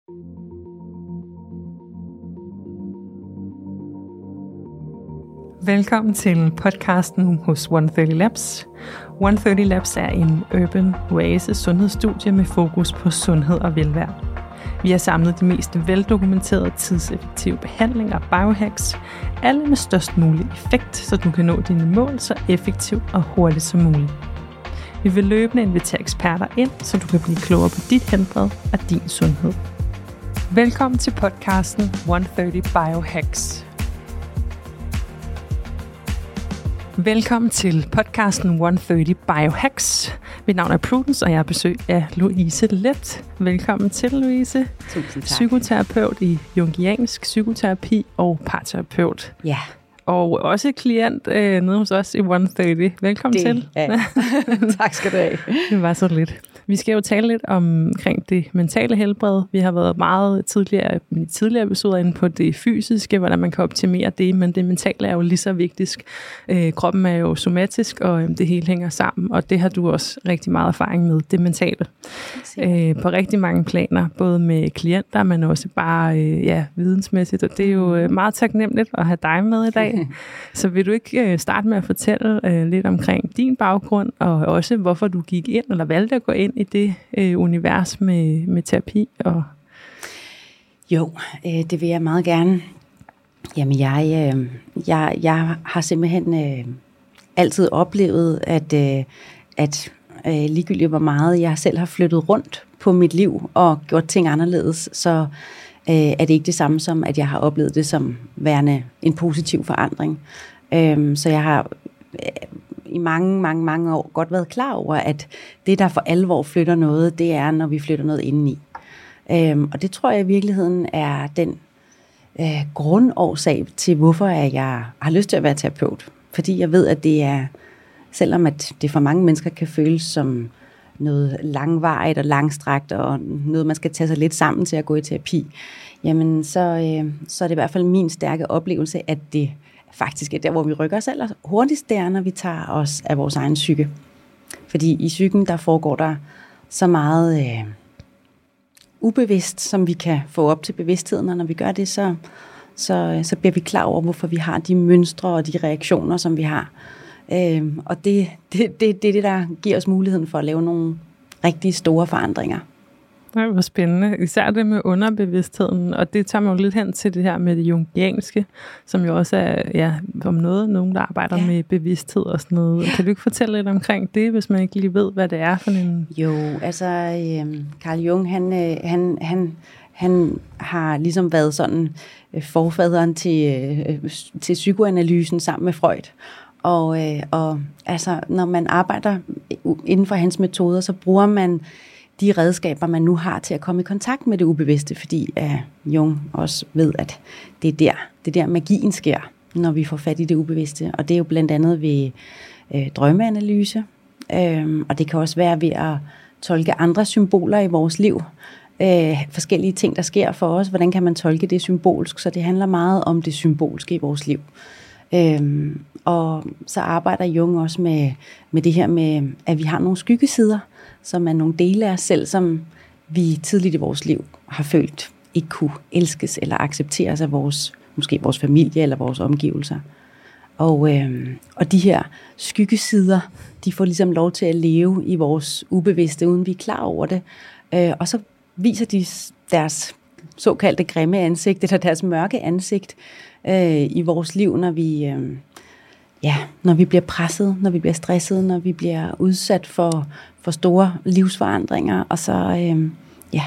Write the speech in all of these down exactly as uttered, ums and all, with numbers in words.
Velkommen til podcasten hos et hundrede og tredive Labs. et hundrede og tredive Labs er en urban oasis sundhedsstudie med fokus på sundhed og velvære. Vi har samlet de mest veldokumenterede tidseffektive behandlinger, biohacks, alle med størst mulig effekt, så du kan nå dine mål så effektivt og hurtigt som muligt. Vi vil løbende invitere eksperter ind, så du kan blive klogere på dit helbred og din sundhed. Velkommen til podcasten et hundrede og tredive Biohacks. Velkommen til podcasten et hundrede og tredive Biohacks. Mit navn er Prudence, og jeg har besøg af Louise Let. Velkommen til, Louise. Tusind tak. Psykoterapeut i jungiansk psykoterapi og parterapeut. Ja. Og også klient øh, nede hos os i et hundrede og tredive. Velkommen det, til. Ja. Tak skal du have. Det var så lidt. Vi skal jo tale lidt omkring det mentale helbred. Vi har været meget tidligere, i tidligere episoder inde på det fysiske, hvordan man kan optimere det, men det mentale er jo lige så vigtigt. Øh, kroppen er jo somatisk, og øh, det hele hænger sammen, og det har du også rigtig meget erfaring med, det mentale. Øh, på rigtig mange planer, både med klienter, men også bare øh, ja, vidensmæssigt, og det er jo øh, meget taknemmeligt at have dig med i dag. Så vil du ikke øh, starte med at fortælle øh, lidt omkring din baggrund, og også hvorfor du gik ind, eller valgte at gå ind i det øh, univers med, med terapi? Og Jo, øh, det vil jeg meget gerne. Jamen, jeg, øh, jeg, jeg har simpelthen øh, altid oplevet, at, øh, at øh, ligegyldigt hvor meget jeg selv har flyttet rundt på mit liv og gjort ting anderledes, så øh, er det ikke det samme som, at jeg har oplevet det som værende en positiv forandring. Øh, så jeg har i mange, mange, mange år godt været klar over, at det, der for alvor flytter noget, det er, når vi flytter noget indeni. Øhm, og det tror jeg i virkeligheden er den øh, grundårsag til, hvorfor jeg har lyst til at være terapeut. Fordi jeg ved, at det er, selvom at det for mange mennesker kan føles som noget langvarigt og langstrakt, og noget, man skal tage sig lidt sammen til at gå i terapi, jamen så, øh, så er det i hvert fald min stærke oplevelse, at det faktisk er der, hvor vi rykker os aller hurtigst, det er, når vi tager os af vores egen psyke. Fordi i psyken, der foregår der så meget øh, ubevidst, som vi kan få op til bevidstheden, og når vi gør det, så, så, så bliver vi klar over, hvorfor vi har de mønstre og de reaktioner, som vi har. Øh, og det er det, det, det, det, der giver os muligheden for at lave nogle rigtig store forandringer. Det var spændende. Især det med underbevidstheden, og det tager mig jo lidt hen til det her med det jungianske, som jo også er ja, om noget, nogen der arbejder ja. med bevidsthed og sådan noget. Ja. Kan du ikke fortælle lidt omkring det, hvis man ikke lige ved, hvad det er for en... Jo, altså øh, Carl Jung, han, øh, han, han, han har ligesom været sådan øh, forfaderen til, øh, til psykoanalysen sammen med Freud. Og, øh, og altså, når man arbejder inden for hans metoder, så bruger man de redskaber, man nu har til at komme i kontakt med det ubevidste, fordi uh, Jung også ved, at det er der, det er der magien sker, når vi får fat i det ubevidste. Og det er jo blandt andet ved øh, drømmeanalyse, øhm, og det kan også være ved at tolke andre symboler i vores liv. Øh, forskellige ting, der sker for os. Hvordan kan man tolke det symbolsk? Så det handler meget om det symbolske i vores liv. Øhm, og så arbejder Jung også med, med det her med, at vi har nogle skyggesider, som er nogle dele af os selv, som vi tidligt i vores liv har følt ikke kunne elskes eller accepteres af vores, måske vores familie eller vores omgivelser. Og, øhm, og de her skyggesider, de får ligesom lov til at leve i vores ubevidste, uden vi er klar over det. Øh, og så viser de deres såkaldte grimme ansigt, eller deres mørke ansigt øh, i vores liv, når vi, øh, ja, når vi bliver presset, når vi bliver stresset, når vi bliver udsat for, for store livsforandringer. Og så, øh, ja,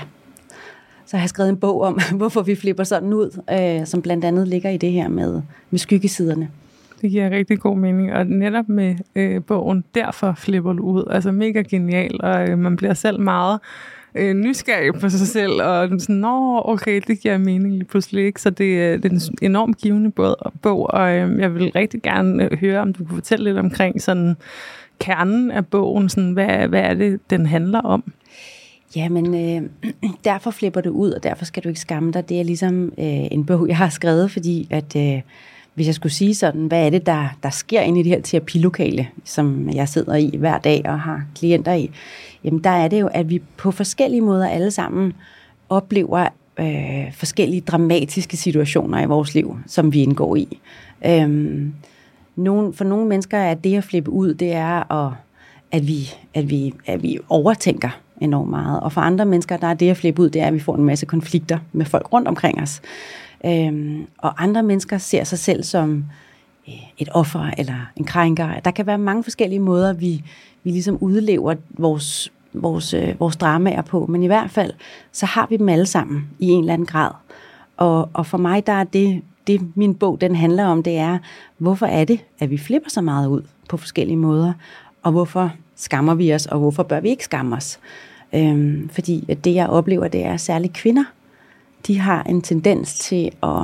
så har jeg skrevet en bog om, hvorfor vi flipper sådan ud, øh, som blandt andet ligger i det her med, med skyggesiderne. Det giver rigtig god mening, og netop med øh, bogen, derfor flipper du ud. Altså mega genial, og øh, man bliver selv meget øh, nysgerrig på sig selv, og sådan, nå, okay, det giver mening lige pludselig ikke. Så det, det er en enormt givende bog, og øh, jeg vil rigtig gerne høre, om du kunne fortælle lidt omkring sådan kernen af bogen, sådan, hvad, hvad er det, den handler om? Jamen, øh, derfor flipper du ud, og derfor skal du ikke skamme dig. Det er ligesom øh, en bog, jeg har skrevet, fordi at øh, hvis jeg skulle sige sådan, hvad er det, der, der sker inde i det her terapilokale, som jeg sidder i hver dag og har klienter i, jamen der er det jo, at vi på forskellige måder alle sammen oplever øh, forskellige dramatiske situationer i vores liv, som vi indgår i. Øhm, nogen, for nogle mennesker er det at flippe ud, det er, at, at, vi, at, vi, at vi overtænker enormt meget. Og for andre mennesker, der er det at flippe ud, det er, at vi får en masse konflikter med folk rundt omkring os. Øhm, og andre mennesker ser sig selv som et offer eller en krænker. Der kan være mange forskellige måder, vi, vi ligesom udlever vores, vores, øh, vores dramaer på, men i hvert fald, så har vi dem alle sammen i en eller anden grad. Og, og for mig, der er det, det min bog, den handler om, det er, hvorfor er det, at vi flipper så meget ud på forskellige måder, og hvorfor skammer vi os, og hvorfor bør vi ikke skamme os? Øhm, fordi at det, jeg oplever, det er særligt kvinder. De har en tendens til at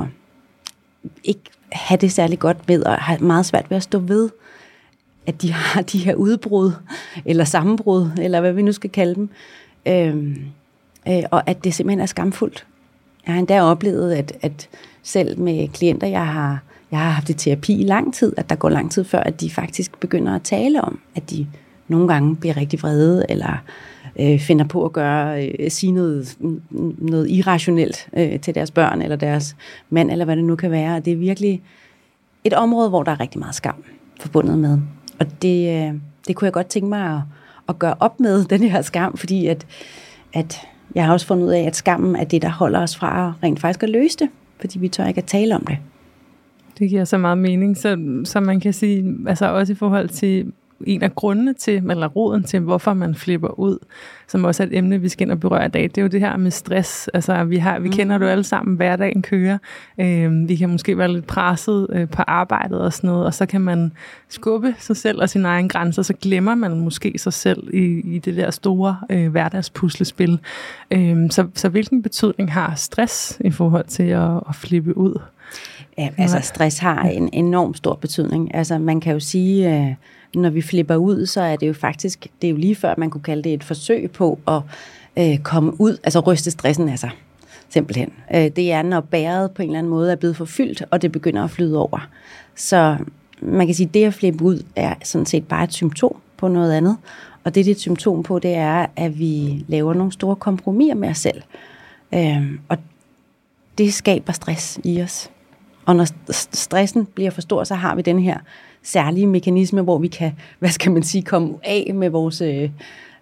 ikke have det særlig godt med, og har meget svært ved at stå ved, at de har de her udbrud, eller sammenbrud, eller hvad vi nu skal kalde dem, øhm, øh, og at det simpelthen er skamfuldt. Jeg har endda oplevet, at, at selv med klienter, jeg har, jeg har haft i terapi i lang tid, at der går lang tid før, at de faktisk begynder at tale om, at de nogle gange bliver rigtig vrede, eller øh, finder på at gøre, øh, sige noget, noget irrationelt øh, til deres børn, eller deres mand, eller hvad det nu kan være. Og det er virkelig et område, hvor der er rigtig meget skam forbundet med. Og det, øh, det kunne jeg godt tænke mig at, at gøre op med, den her skam, fordi at, at jeg har også fundet ud af, at skammen er det, der holder os fra rent faktisk at løse det, fordi vi tør ikke at tale om det. Det giver så meget mening, så, så man kan sige, altså også i forhold til en af grundene til, eller roden til, hvorfor man flipper ud, som også er et emne, vi skal ind og berøre i dag, det er jo det her med stress. Altså, vi, har, vi mm. kender det jo alle sammen, hverdagen kører. Øh, vi kan måske være lidt presset øh, på arbejdet og sådan noget, og så kan man skubbe sig selv og sine egne grænser, så glemmer man måske sig selv i, i det der store øh, hverdagspuslespil. Øh, så, så hvilken betydning har stress i forhold til at, at flippe ud? Ja, altså stress har en enorm stor betydning. Altså man kan jo sige, øh, når vi flipper ud, så er det jo faktisk, det er jo lige før, man kunne kalde det et forsøg på at øh, komme ud, altså ryste stressen af sig, simpelthen. Øh, det er, når bæret på en eller anden måde er blevet forfyldt, og det begynder at flyde over. Så man kan sige, at det at flippe ud er sådan set bare et symptom på noget andet. Og det, det er et symptom på, det er, at vi laver nogle store kompromiser med os selv. Øh, og det skaber stress i os. Og når stressen bliver for stor, så har vi den her særlige mekanisme, hvor vi kan, hvad skal man sige, komme af med vores, øh,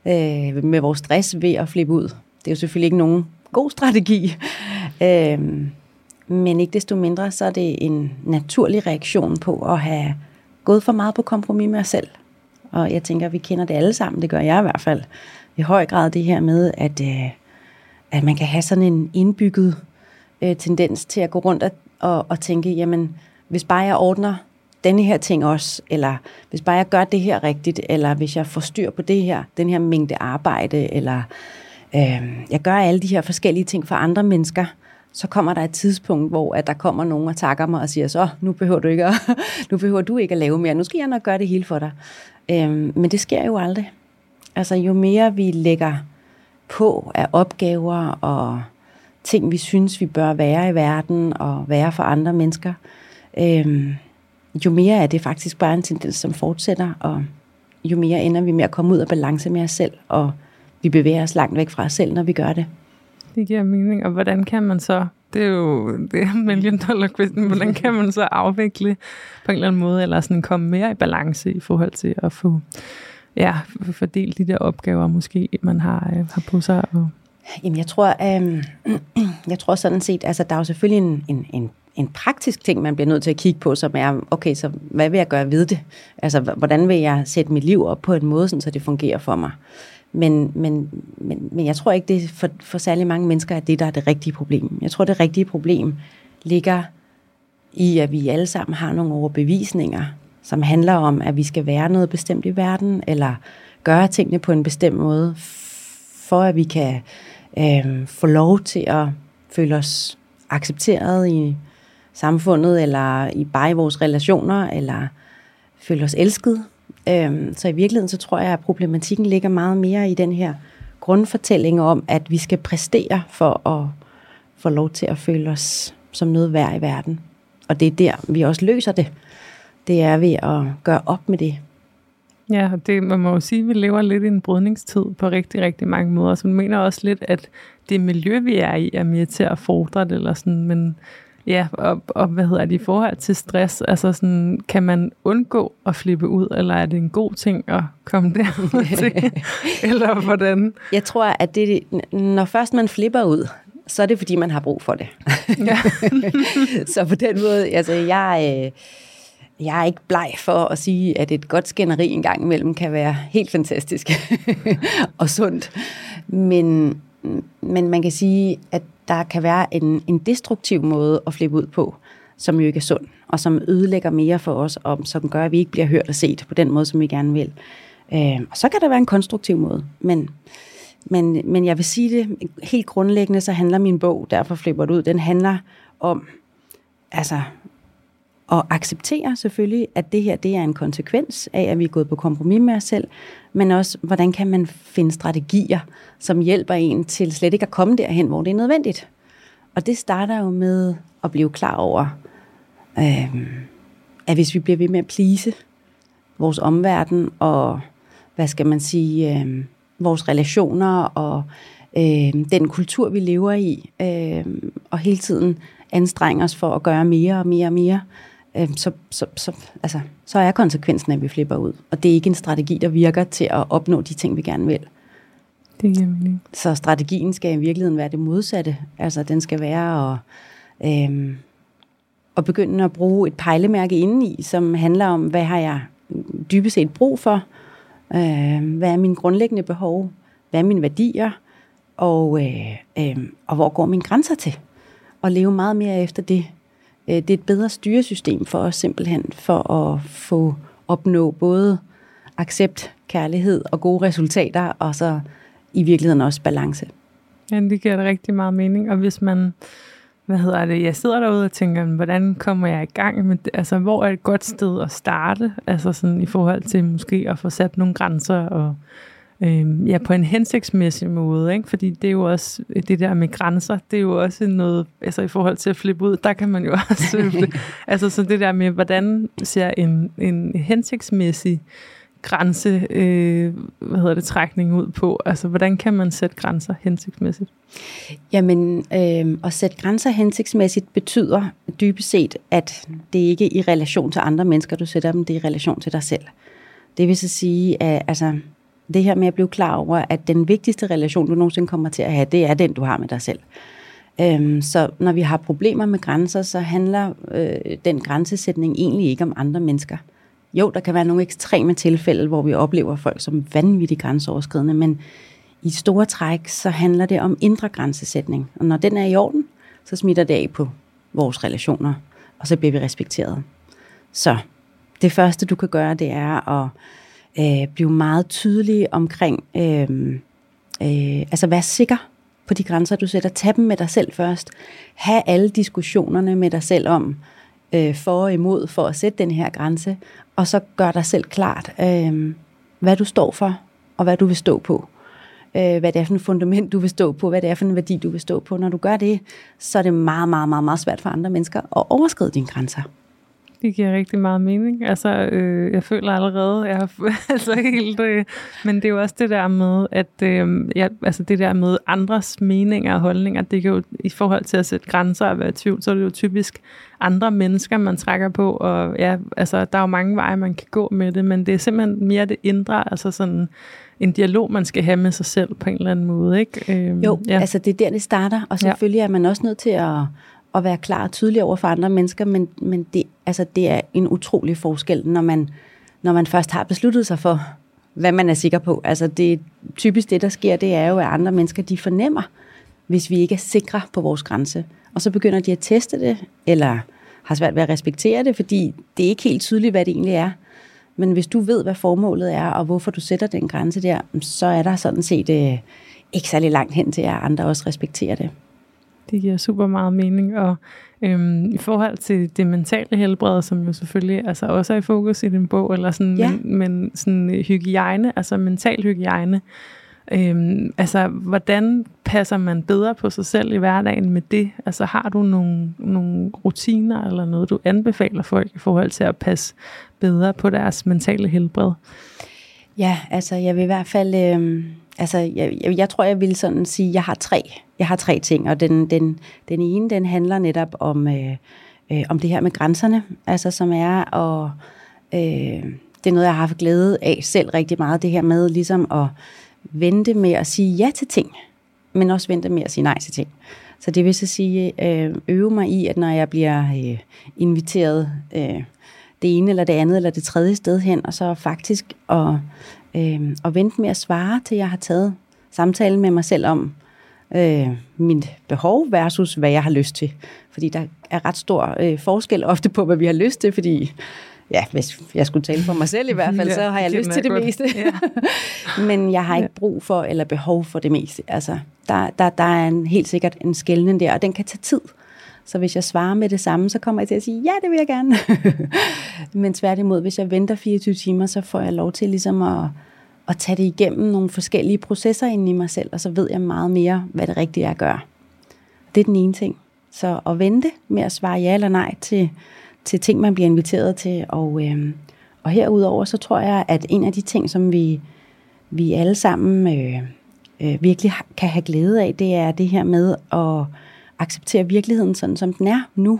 med vores stress ved at flippe ud. Det er jo selvfølgelig ikke nogen god strategi, øh, men ikke desto mindre, så er det en naturlig reaktion på at have gået for meget på kompromis med os selv. Og jeg tænker, at vi kender det alle sammen, det gør jeg i hvert fald. I høj grad det her med, at, øh, at man kan have sådan en indbygget øh, tendens til at gå rundt og Og, og tænke, jamen, hvis bare jeg ordner denne her ting også, eller hvis bare jeg gør det her rigtigt, eller hvis jeg får styr på det her, den her mængde arbejde, eller øh, jeg gør alle de her forskellige ting for andre mennesker, så kommer der et tidspunkt, hvor at der kommer nogen og takker mig og siger, så nu behøver du ikke at, nu behøver du ikke at lave mere, nu skal jeg nok gøre det hele for dig. Øh, men det sker jo aldrig. Altså jo mere vi lægger på af opgaver og ting, vi synes, vi bør være i verden og være for andre mennesker, øhm, jo mere er det faktisk bare en tendens, som fortsætter, og jo mere ender vi med at komme ud af balance med os selv, og vi bevæger os langt væk fra os selv, når vi gør det. Det giver mening, og hvordan kan man så, det er jo det er million dollar question, hvordan kan man så afvikle på en eller anden måde, eller sådan komme mere i balance i forhold til at få ja, fordele de der opgaver, måske man har, øh, har på sig, og Jamen, jeg tror, øh, jeg tror sådan set, altså der er jo selvfølgelig en, en, en, en praktisk ting, man bliver nødt til at kigge på, som er, okay, så hvad vil jeg gøre ved det? Altså, hvordan vil jeg sætte mit liv op på en måde, sådan, så det fungerer for mig? Men, men, men, men jeg tror ikke, det for, for særlig mange mennesker er det, der er det rigtige problem. Jeg tror, det rigtige problem ligger i, at vi alle sammen har nogle overbevisninger, som handler om, at vi skal være noget bestemt i verden, eller gøre tingene på en bestemt måde, for at vi kan øh, få lov til at føle os accepteret i samfundet, eller i bare i vores relationer, eller føle os elsket. Øh, så i virkeligheden, så tror jeg, at problematikken ligger meget mere i den her grundfortælling om, at vi skal præstere for at få lov til at føle os som noget værd i verden. Og det er der, vi også løser det. Det er ved at gøre op med det. Ja, det, man må jo sige, at vi lever lidt i en brydningstid på rigtig, rigtig mange måder. Så man mener også lidt, at det miljø, vi er i, er mere til at fordre det, eller sådan, men ja, og, og hvad hedder det i forhold til stress? Altså sådan, kan man undgå at flippe ud, eller er det en god ting at komme derud til? Eller hvordan? Jeg tror, at det, når først man flipper ud, så er det, fordi man har brug for det. Ja. Så på den måde, altså jeg, jeg er ikke bleg for at sige, at et godt skænderi en gang imellem kan være helt fantastisk og sundt. Men, men man kan sige, at der kan være en, en destruktiv måde at flippe ud på, som jo ikke er sund, og som ødelægger mere for os, og som gør, at vi ikke bliver hørt og set på den måde, som vi gerne vil. Øh, og så kan der være en konstruktiv måde, men, men, men jeg vil sige det helt grundlæggende, så handler min bog, Derfor flipper det ud, den handler om altså, at acceptere selvfølgelig, at det her det er en konsekvens af, at vi er gået på kompromis med os selv, men også, hvordan kan man finde strategier, som hjælper en til slet ikke at komme derhen, hvor det er nødvendigt. Og det starter jo med at blive klar over, øh, at hvis vi bliver ved med at please vores omverden, og hvad skal man sige, øh, vores relationer, og øh, den kultur, vi lever i, øh, og hele tiden anstrenge os for at gøre mere og mere og mere, Så, så, så, altså, så er konsekvensen, at vi flipper ud. Og det er ikke en strategi, der virker til at opnå de ting, vi gerne vil. Det er nemlig. Så strategien skal i virkeligheden være det modsatte. Altså, den skal være at, øh, at begynde at bruge et pejlemærke indeni, som handler om, hvad har jeg dybest set brug for? Øh, hvad er mine grundlæggende behov? Hvad er mine værdier? Og, øh, øh, og hvor går mine grænser til? Og leve meget mere efter det. Det er et bedre styresystem for os simpelthen, for at få opnå både accept, kærlighed og gode resultater, og så i virkeligheden også balance. Ja, det giver da rigtig meget mening, og hvis man, hvad hedder det, jeg sidder derude og tænker, hvordan kommer jeg i gang med det? Altså, hvor er et godt sted at starte? Altså sådan i forhold til måske at få sat nogle grænser og Øhm, ja, på en hensigtsmæssig måde, ikke? Fordi det er jo også, det der med grænser, det er jo også noget, altså i forhold til at flippe ud, der kan man jo også, altså så det der med, hvordan ser en, en hensigtsmæssig grænse, øh, hvad hedder det, trækning ud på, altså hvordan kan man sætte grænser hensigtsmæssigt? Jamen, øh, at sætte grænser hensigtsmæssigt betyder dybest set, at det ikke er i relation til andre mennesker, du sætter dem, det er i relation til dig selv. Det vil så sige, at altså det her med at blive klar over, at den vigtigste relation, du nogensinde kommer til at have, det er den, du har med dig selv. Øhm, så når vi har problemer med grænser, så handler øh, den grænsesætning egentlig ikke om andre mennesker. Jo, der kan være nogle ekstreme tilfælde, hvor vi oplever folk som vanvittigt grænseoverskridende, men i store træk, så handler det om indre grænsesætning. Og når den er i orden, så smitter det af på vores relationer, og så bliver vi respekteret. Så det første, du kan gøre, det er at Øh, blive meget tydelig omkring, øh, øh, altså være sikker på de grænser, du sætter. Tag dem med dig selv først. Ha' alle diskussionerne med dig selv om, øh, for og imod, for at sætte den her grænse, og så gør dig selv klart, øh, hvad du står for, og hvad du vil stå på. Øh, hvad det er for en fundament, du vil stå på, hvad det er for en værdi, du vil stå på. Når du gør det, så er det meget, meget, meget, meget svært for andre mennesker at overskride dine grænser. Det giver rigtig meget mening. Altså, øh, jeg føler allerede, jeg har altså helt, øh, men det er jo også det der med, at øh, ja, altså det der med andres meninger og holdninger, det kan jo i forhold til at sætte grænser og være i tvivl, så er det jo typisk andre mennesker, man trækker på, og ja, altså der er jo mange veje, man kan gå med det, men det er simpelthen mere det indre, altså sådan en dialog, man skal have med sig selv på en eller anden måde, ikke? Øh, jo, ja. Altså det er der, det starter, og selvfølgelig ja. er man også nødt til at at være klar og tydelig over for andre mennesker, men, men det, altså, det er en utrolig forskel, når man, når man først har besluttet sig for, hvad man er sikker på. Altså det typisk det, der sker, det er jo, at andre mennesker, de fornemmer, hvis vi ikke er sikre på vores grænse. Og så begynder de at teste det, eller har svært ved at respektere det, fordi det er ikke helt tydeligt, hvad det egentlig er. Men hvis du ved, hvad formålet er, og hvorfor du sætter den grænse der, så er der sådan set øh, ikke særlig langt hen til, at andre også respekterer det. Det giver super meget mening, og øhm, i forhold til det mentale helbred, som jo selvfølgelig altså også er i fokus i din bog, eller sådan, ja. men, men sådan hygiejne, altså mental hygiejne, øhm, altså hvordan passer man bedre på sig selv i hverdagen med det? Altså har du nogle, nogle rutiner eller noget, du anbefaler folk i forhold til at passe bedre på deres mentale helbred? Ja, altså jeg vil i hvert fald, øh, altså jeg, jeg, jeg tror, jeg vil sådan sige, jeg har tre. Jeg har tre ting, og den, den, den ene, den handler netop om, øh, øh, om det her med grænserne, altså som er, og øh, det er noget, jeg har haft glæde af selv rigtig meget, det her med ligesom at vente med at sige ja til ting, men også vente med at sige nej til ting. Så det vil så sige, øh, øve mig i, at når jeg bliver øh, inviteret øh, det ene eller det andet eller det tredje sted hen, og så faktisk at, øh, at vente med at svare, til jeg har taget samtalen med mig selv om øh, mit behov versus hvad jeg har lyst til. Fordi der er ret stor øh, forskel ofte på, hvad vi har lyst til, fordi ja, hvis jeg skulle tale for mig selv i hvert fald, ja, så har jeg lyst til det godt. meste. Ja. Men jeg har ikke brug for eller behov for det meste. Altså, der, der, der er en, helt sikkert en skelnen der, og den kan tage tid. Så hvis jeg svarer med det samme, så kommer jeg til at sige, ja, det vil jeg gerne. Men tværtimod, hvis jeg venter fireogtyve timer, så får jeg lov til ligesom at, at tage det igennem nogle forskellige processer inde i mig selv, og så ved jeg meget mere, hvad det rigtige er at gøre. Det er den ene ting. Så at vente med at svare ja eller nej til, til ting, man bliver inviteret til. Og, øh, og herudover, så tror jeg, at en af de ting, som vi, vi alle sammen øh, øh, virkelig kan have glæde af, det er det her med at acceptere virkeligheden sådan, som den er nu.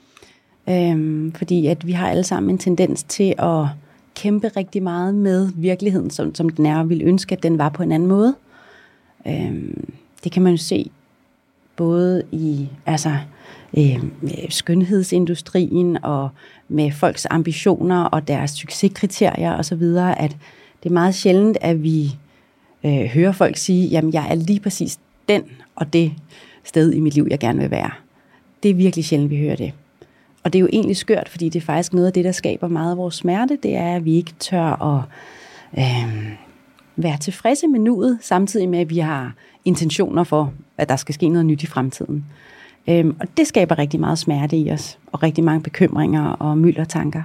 Øhm, fordi at vi har alle sammen en tendens til at kæmpe rigtig meget med virkeligheden, som, som den er, og vil ønske, at den var på en anden måde. Øhm, det kan man jo se både i altså, øh, skønhedsindustrien og med folks ambitioner og deres succeskriterier osv., at det er meget sjældent, at vi øh, hører folk sige, jamen jeg er lige præcis den og det sted i mit liv, jeg gerne vil være. Det er virkelig sjældent, vi hører det. Og det er jo egentlig skørt, fordi det er faktisk noget af det, der skaber meget af vores smerte, det er, at vi ikke tør at øh, være tilfredse med nuet, samtidig med, at vi har intentioner for, at der skal ske noget nyt i fremtiden. Øh, og det skaber rigtig meget smerte i os, og rigtig mange bekymringer og myldertanker.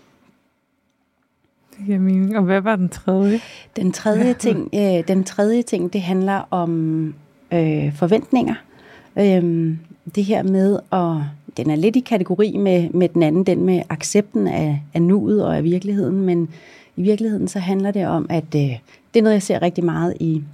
Det giver mening. Og hvad var den tredje? Den tredje ting, øh, den tredje ting, det handler om øh, forventninger. Øhm, det her med, og den er lidt i kategori med, med den anden, den med accepten af, af nuet og af virkeligheden, men i virkeligheden så handler det om, at øh, det er noget, jeg ser rigtig meget i,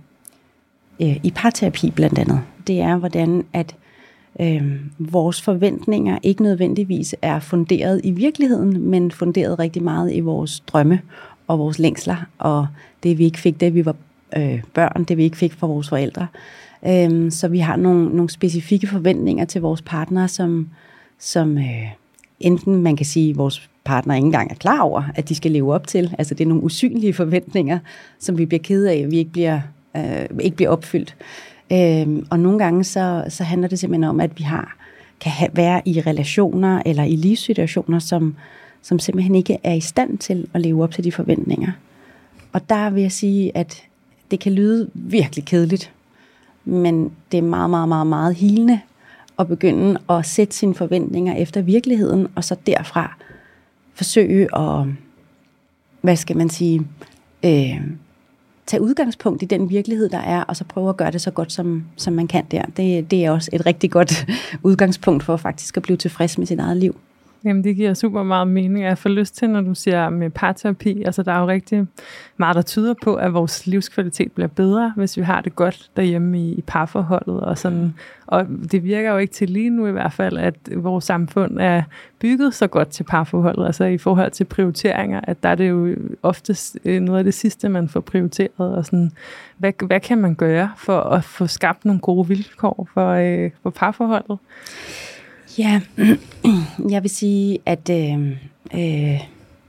øh, i parterapi blandt andet. Det er, hvordan at øh, vores forventninger ikke nødvendigvis er funderet i virkeligheden, men funderet rigtig meget i vores drømme og vores længsler, og det vi ikke fik, da vi var øh, børn, det vi ikke fik fra vores forældre. Øhm, så vi har nogle, nogle specifikke forventninger til vores partner, som, som øh, enten man kan sige, at vores partner ikke engang er klar over, at de skal leve op til. Altså det er nogle usynlige forventninger, som vi bliver kede af, at vi ikke bliver, øh, ikke bliver opfyldt. Øhm, og nogle gange så, så handler det simpelthen om, at vi har, kan have, være i relationer eller i livssituationer, som, som simpelthen ikke er i stand til at leve op til de forventninger. Og der vil jeg sige, at det kan lyde virkelig kedeligt, men det er meget, meget, meget, meget healende at begynde at sætte sine forventninger efter virkeligheden, og så derfra forsøge at, hvad skal man sige, øh, tage udgangspunkt i den virkelighed, der er, og så prøve at gøre det så godt, som, som man kan der. Det, det er også et rigtig godt udgangspunkt for faktisk at blive tilfreds med sit eget liv. Jamen, det giver super meget mening. Jeg får lyst til, når du siger med parterapi, altså der er jo rigtig meget, der tyder på, at vores livskvalitet bliver bedre, hvis vi har det godt derhjemme i, i parforholdet. Og, sådan. Og det virker jo ikke til lige nu i hvert fald, at vores samfund er bygget så godt til parforholdet. Altså i forhold til prioriteringer, at der er det jo oftest noget af det sidste, man får prioriteret. Og sådan, hvad, hvad kan man gøre for at få skabt nogle gode vilkår for, øh, for parforholdet? Ja, jeg vil sige, at øh, øh,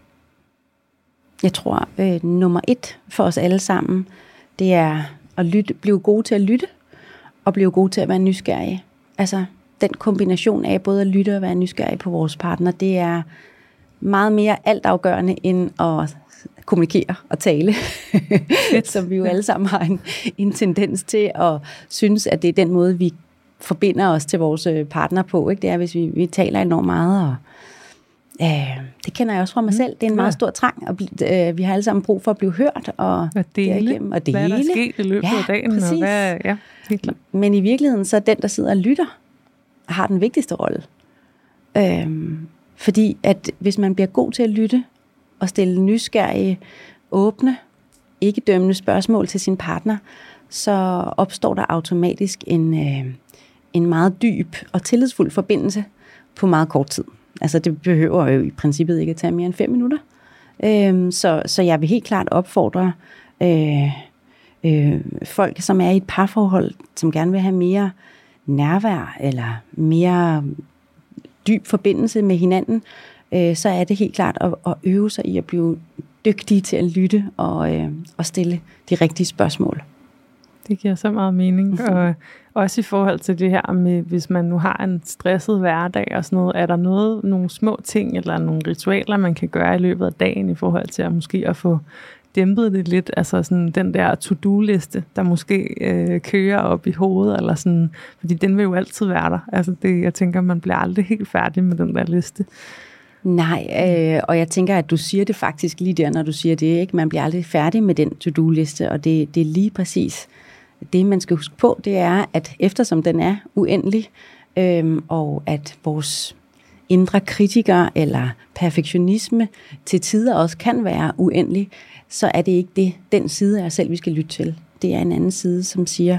jeg tror, øh, nummer et for os alle sammen, det er at lytte, blive gode til at lytte, og blive gode til at være nysgerrige. Altså, den kombination af både at lytte og være nysgerrig på vores partner, det er meget mere altafgørende end at kommunikere og tale, som vi jo alle sammen har en, en tendens til at synes, at det er den måde, vi forbinder os til vores partner på, ikke? Det er, hvis vi, vi taler enormt meget, og øh, det kender jeg også fra mig selv. Det er en meget stor trang, og øh, vi har alle sammen brug for at blive hørt, og at dele, og dele. Hvad er der sket i løbet ja, af dagen? Præcis. Og hvad, ja, helt klart. Men i virkeligheden, så den, der sidder og lytter, har den vigtigste rolle. Øhm, fordi at hvis man bliver god til at lytte, og stille nysgerrige, åbne ikke dømmende spørgsmål til sin partner, så opstår der automatisk en, øh, en meget dyb og tillidsfuld forbindelse på meget kort tid. Altså det behøver jo i princippet ikke at tage mere end fem minutter. Øh, så, så jeg vil helt klart opfordre øh, øh, folk, som er i et parforhold, som gerne vil have mere nærvær eller mere dyb forbindelse med hinanden, øh, så er det helt klart at, at øve sig i at blive dygtige til at lytte og, øh, og stille de rigtige spørgsmål. Det giver så meget mening, og også i forhold til det her med, hvis man nu har en stresset hverdag og sådan noget, er der noget, nogle små ting eller nogle ritualer, man kan gøre i løbet af dagen i forhold til at måske at få dæmpet det lidt, altså sådan den der to-do-liste, der måske øh, kører op i hovedet, eller sådan, fordi den vil jo altid være der. Altså det, jeg tænker, man bliver aldrig helt færdig med den der liste. Nej, øh, og jeg tænker, at du siger det faktisk lige der, når du siger det, ikke? Man bliver aldrig færdig med den to-do-liste, og det, det er lige præcis det, man skal huske på, det er, at eftersom den er uendelig, øh, og at vores indre kritiker eller perfektionisme til tider også kan være uendelig, så er det ikke det, den side af os selv, vi skal lytte til. Det er en anden side, som siger,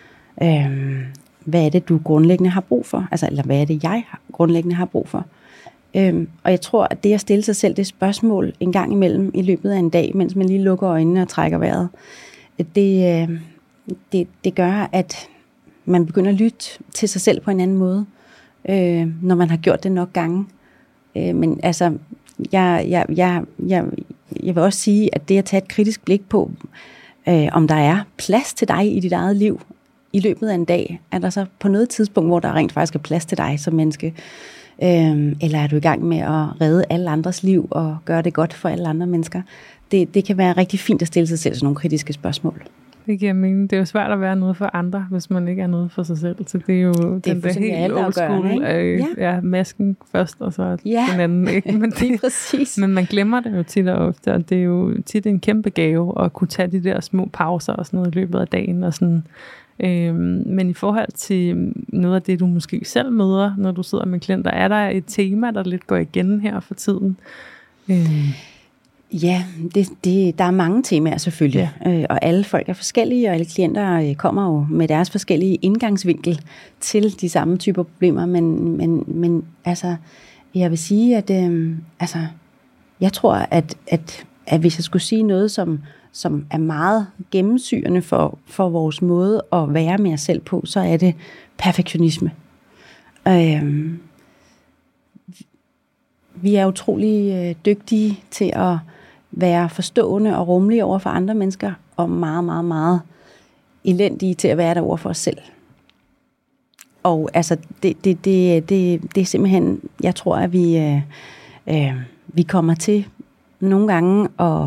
øh, hvad er det, du grundlæggende har brug for? Altså, eller hvad er det, jeg grundlæggende har brug for? Øh, og jeg tror, at det at stille sig selv det spørgsmål en gang imellem i løbet af en dag, mens man lige lukker øjnene og trækker vejret, det, øh, det, det gør, at man begynder at lytte til sig selv på en anden måde, øh, når man har gjort det nok gange. Øh, men altså, jeg, jeg, jeg, jeg, jeg vil også sige, at det at tage et kritisk blik på, øh, om der er plads til dig i dit eget liv i løbet af en dag, er der så på noget tidspunkt, hvor der rent faktisk er plads til dig som menneske, øh, eller er du i gang med at redde alle andres liv og gøre det godt for alle andre mennesker. Det, det kan være rigtig fint at stille sig selv sådan nogle kritiske spørgsmål. Det giver mening. Det er jo svært at være noget for andre, hvis man ikke er noget for sig selv. Så det er jo det er den der helt old school, øh, ja. ja, masken først, og så ja. den anden. Ikke? Men, det, præcis. men man glemmer det jo tit og ofte, og det er jo tit en kæmpe gave at kunne tage de der små pauser og sådan noget i løbet af dagen. Og sådan. Øhm, men i forhold til noget af det, du måske selv møder, når du sidder med klienter, er der et tema, der lidt går igen her for tiden? Øhm. Ja, det, det, der er mange temaer selvfølgelig, ja. øh, og alle folk er forskellige, og alle klienter øh, kommer jo med deres forskellige indgangsvinkel til de samme typer problemer, men, men, men altså, jeg vil sige, at øh, altså, jeg tror, at, at, at hvis jeg skulle sige noget, som, som er meget gennemsyrende for, for vores måde at være med os selv på, så er det perfektionisme. Øh, vi er utrolig øh, dygtige til at være forstående og rummelige over for andre mennesker, og meget, meget, meget elendige til at være der over for os selv. Og altså, det, det, det, det, det er simpelthen, jeg tror, at vi, øh, øh, vi kommer til nogle gange at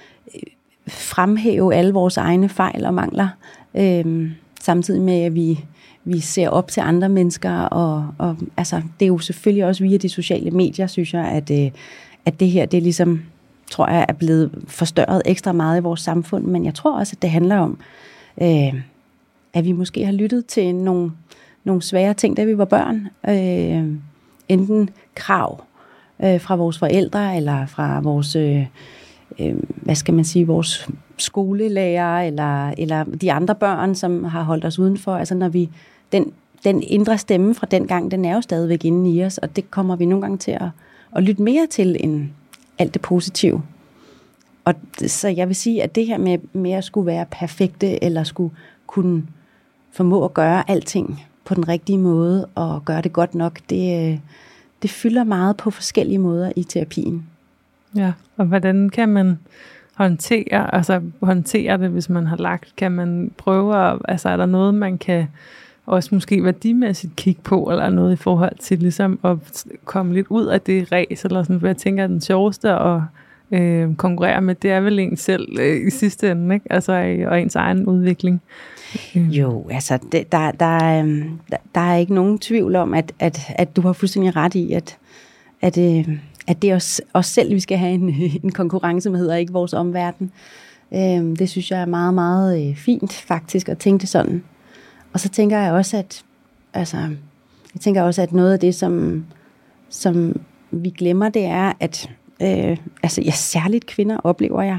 fremhæve alle vores egne fejl og mangler, øh, samtidig med, at vi, vi ser op til andre mennesker, og, og altså, det er jo selvfølgelig også via de sociale medier, synes jeg, at, øh, at det her, det er ligesom, tror jeg, er blevet forstørret ekstra meget i vores samfund, men jeg tror også, at det handler om, øh, at vi måske har lyttet til nogle, nogle svære ting, da vi var børn. Øh, enten krav øh, fra vores forældre, eller fra vores, øh, øh, hvad skal man sige, vores skolelærer, eller, eller de andre børn, som har holdt os udenfor. Altså når vi, den, den indre stemme fra den gang, den er jo stadigvæk inde i os, og det kommer vi nogle gange til at, at lytte mere til, end alt det positive. Og så jeg vil sige, at det her med, med at skulle være perfekte, eller skulle kunne formå at gøre alting på den rigtige måde, og gøre det godt nok, det, det fylder meget på forskellige måder i terapien. Ja, og hvordan kan man håndtere, altså håndtere det, hvis man har lagt? Kan man prøve at, altså er der noget, man kan også måske værdimæssigt kigge på, eller noget i forhold til ligesom at komme lidt ud af det ræs, eller sådan, for jeg tænker, at den sjoveste at øh, konkurrere med, det er vel en selv øh, i sidste ende, ikke? Altså, og ens egen udvikling. Jo, altså, det, der, der, der, der er ikke nogen tvivl om, at, at, at du har fuldstændig ret i, at, at, at det er os, os selv, vi skal have en, en konkurrence med, hedder ikke vores omverden. Det synes jeg er meget, meget fint, faktisk, at tænke det sådan. Og så tænker jeg også, at altså, jeg tænker også, at noget af det, som, som vi glemmer, det er, at øh, altså, ja, særligt kvinder oplever jeg,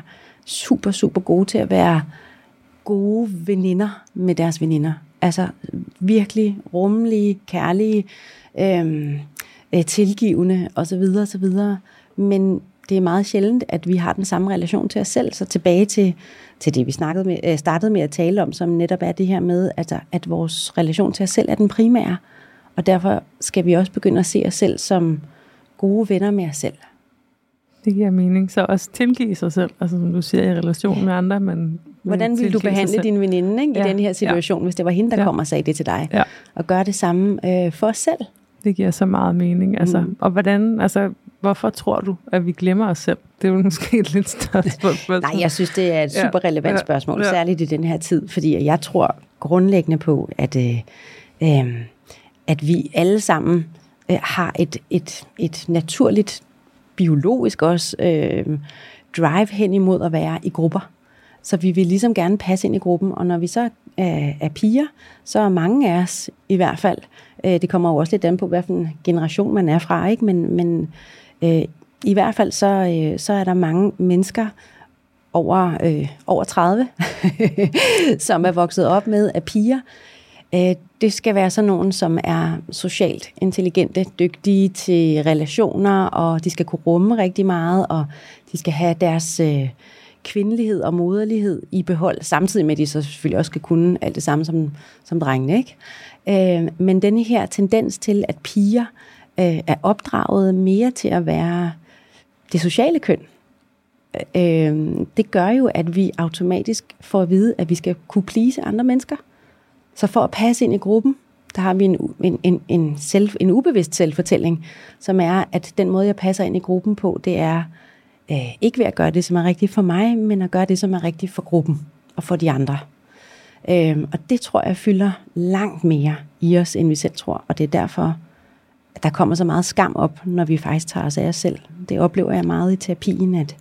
super, super gode til at være gode veninder med deres veninder. Altså virkelig rummelige, kærlige, øhm, tilgivende osv. osv. Men det er meget sjældent, at vi har den samme relation til os selv. Så tilbage til, til det, vi snakkede med, startede med at tale om, som netop er det her med, at, at vores relation til os selv er den primære. Og derfor skal vi også begynde at se os selv som gode venner med os selv. Det giver mening. Så også tilgive sig selv, altså som du siger, i relation ja. med andre. Men hvordan vil du behandle din veninde ikke, ja. i den her situation, ja. hvis det var hende, der ja. kom og sagde det til dig? Ja. Og gøre det samme øh, for os selv. Det giver så meget mening. Altså, mm. Og hvordan, altså, hvorfor tror du, at vi glemmer os selv? Det er jo måske et lidt større spørgsmål. Nej, jeg synes, det er et super relevant spørgsmål, ja. særligt i den her tid, fordi jeg tror grundlæggende på, at, øh, øh, at vi alle sammen øh, har et, et, et naturligt, biologisk også, øh, drive hen imod at være i grupper. Så vi vil ligesom gerne passe ind i gruppen, og når vi så er, er piger, så er mange af os i hvert fald, øh, det kommer jo også lidt an på, hvilken generation man er fra, ikke? men, men øh, i hvert fald så, øh, så er der mange mennesker over, øh, over tredive, som er vokset op med af piger. Øh, det skal være sådan nogen, som er socialt intelligente, dygtige til relationer, og de skal kunne rumme rigtig meget, og de skal have deres øh, kvindelighed og moderlighed i behold, samtidig med, at de så selvfølgelig også skal kunne alt det samme som, som drengene, ikke? Øh, men denne her tendens til, at piger øh, er opdraget mere til at være det sociale køn, øh, det gør jo, at vi automatisk får at vide, at vi skal kunne please andre mennesker. Så for at passe ind i gruppen, der har vi en, en, en, en, selv, en ubevidst selvfortælling, som er, at den måde, jeg passer ind i gruppen på, det er øh, ikke ved at gøre det, som er rigtigt for mig, men at gøre det, som er rigtigt for gruppen og for de andre. Øh, og det tror jeg fylder langt mere i os, end vi selv tror. Og det er derfor, at der kommer så meget skam op, når vi faktisk tager os af os selv. Det oplever jeg meget i terapien, at,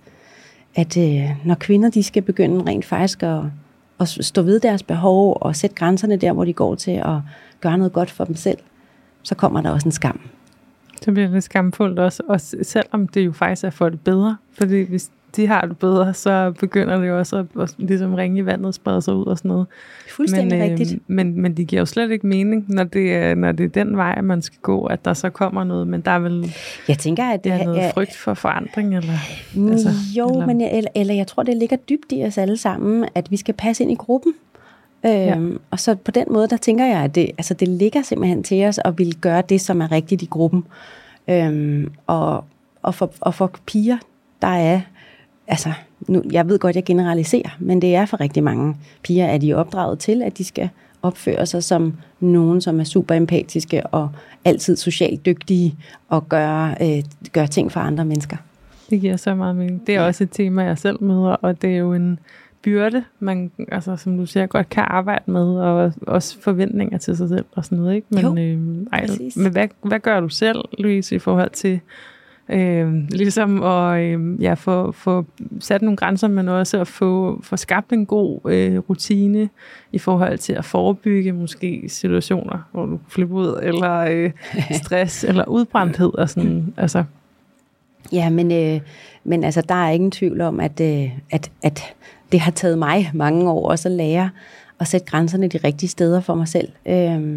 at øh, når kvinder de skal begynde rent faktisk at og stå ved deres behov og sætte grænserne der, hvor de går til at gøre noget godt for dem selv, så kommer der også en skam. Så bliver det skamfuldt også, også selvom det jo faktisk er for det bedre. Fordi hvis de har det bedre, så begynder det jo også at, at ligesom ringe i vandet, sprede sig ud og sådan noget. Fuldstændig men, rigtigt. Øh, men, men det giver jo slet ikke mening, når det, er, når det er den vej, man skal gå, at der så kommer noget. Men der er vel jeg tænker, at det er noget jeg, frygt for forandring? Eller, altså, jo, eller? men eller, eller jeg tror, det ligger dybt i os alle sammen, at vi skal passe ind i gruppen. Øhm, ja. Og så på den måde, der tænker jeg, at det, altså, det ligger simpelthen til os at ville gøre det, som er rigtigt i gruppen. Øhm, og, og, for, og for piger, der er altså, nu, jeg ved godt, jeg generaliserer, men det er for rigtig mange piger, at de er opdraget til, at de skal opføre sig som nogen, som er super empatiske og altid socialt dygtige og gøre, øh, gøre ting for andre mennesker. Det giver så meget mening. Det er ja. også et tema, jeg selv møder, og det er jo en byrde, man, altså, som du siger, godt kan arbejde med, og også forventninger til sig selv og sådan noget, ikke? Men, øh, ej, men hvad, hvad gør du selv, Louise, i forhold til Øh, ligesom at øh, ja, få, få sat nogle grænser, men også at få, få skabt en god øh, rutine i forhold til at forebygge måske situationer, hvor du flipper ud, eller øh, stress, eller udbrændthed og sådan, altså. Ja, men, øh, men altså, der er ingen tvivl om, at, øh, at, at det har taget mig mange år også at lære at sætte grænserne de rigtige steder for mig selv. Øh,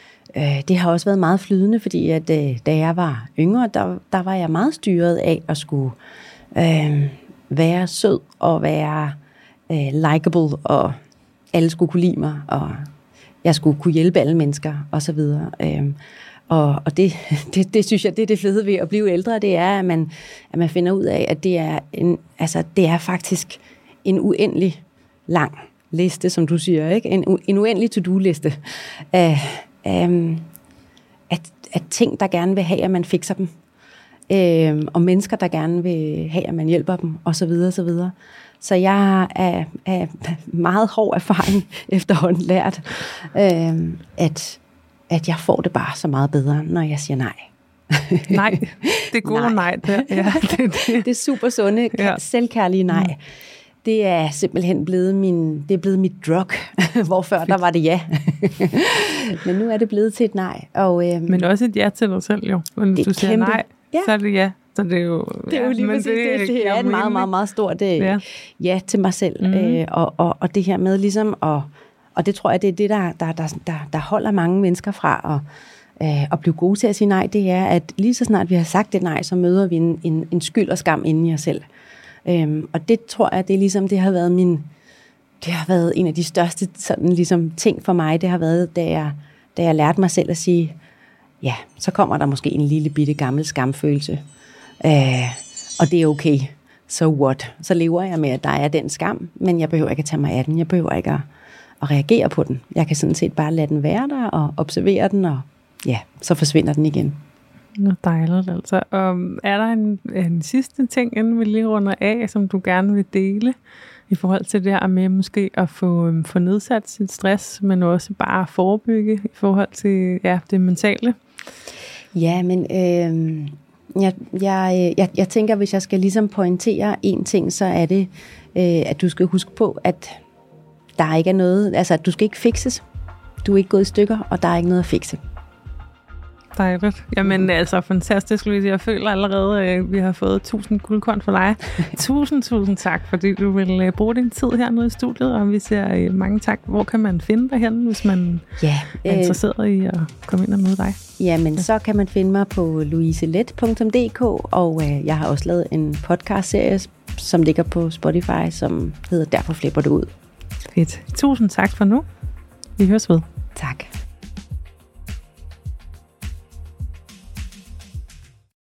Det har også været meget flydende, fordi at, da jeg var yngre, der, der var jeg meget styret af at skulle øh, være sød og være øh, likable, og alle skulle kunne lide mig, og jeg skulle kunne hjælpe alle mennesker, og så videre. Øh, og og det, det, det synes jeg, det er det fede ved at blive ældre, det er, at man, at man finder ud af, at det er, en, altså, det er faktisk en uendelig lang liste, som du siger, ikke? En, en uendelig to-do-liste af Um, at, at ting, der gerne vil have, at man fikser dem, um, og mennesker, der gerne vil have, at man hjælper dem, og så videre, så videre. Så jeg er af meget hård erfaring efterhånden lært, um, at, at jeg får det bare så meget bedre, når jeg siger nej. Nej, det gode nej. nej det, ja, det, det. det er super sunde, ja. selvkærlige nej. Mm. Det er simpelthen blevet min, det er blevet mit drug, hvor før der var det ja. Men nu er det blevet til et nej. Og, øhm, men også et ja til dig selv jo. Når du siger kæmpe, nej, ja. så er det ja. Så det er jo... Det er jo lige præcis det. Det, det er et meget, meget, meget stort øh, ja. ja til mig selv. Mm. Øh, og, og, og det her med ligesom at... Og det tror jeg, det er det, der, der, der, der, der holder mange mennesker fra at, øh, at blive gode til at sige nej. Det er, at lige så snart vi har sagt det nej, så møder vi en, en, en skyld og skam inde i os selv. Øhm, og det tror jeg, det er ligesom, det har været min... Det har været en af de største sådan, ligesom, ting for mig. Det har været, da jeg, da jeg lærte mig selv at sige, ja, så kommer der måske en lille bitte gammel skamfølelse. Øh, og det er okay. So what? Så lever jeg med, at der er den skam, men jeg behøver ikke at tage mig af den. Jeg behøver ikke at, at reagere på den. Jeg kan sådan set bare lade den være der og observere den, og ja, så forsvinder den igen. Nå, dejligt altså. Um, er der en, en sidste ting, inden vi lige runder af, som du gerne vil dele i forhold til det her med måske at få, um, få nedsat sit stress, men også bare forebygge i forhold til ja, det mentale? Ja, men øh, jeg, jeg, jeg, jeg tænker, hvis jeg skal ligesom pointere en ting, så er det, øh, at du skal huske på, at der ikke er noget, altså at du skal ikke fikses. Du er ikke gået i stykker, og der er ikke noget at fikse. Dejligt. Jamen altså, fantastisk, Louise. Jeg føler allerede, at vi har fået tusind guldkorn for dig. tusind, tusind tak, fordi du vil bruge din tid hernede i studiet, og vi siger mange tak. Hvor kan man finde dig henne, hvis man ja, er interesseret øh, i at komme ind og møde dig? Jamen, så kan man finde mig på louise let punktum d k, og øh, jeg har også lavet en podcast-serie, som ligger på Spotify, som hedder Derfor flipper det ud. Fedt. Tusind tak for nu. Vi høres ved. Tak.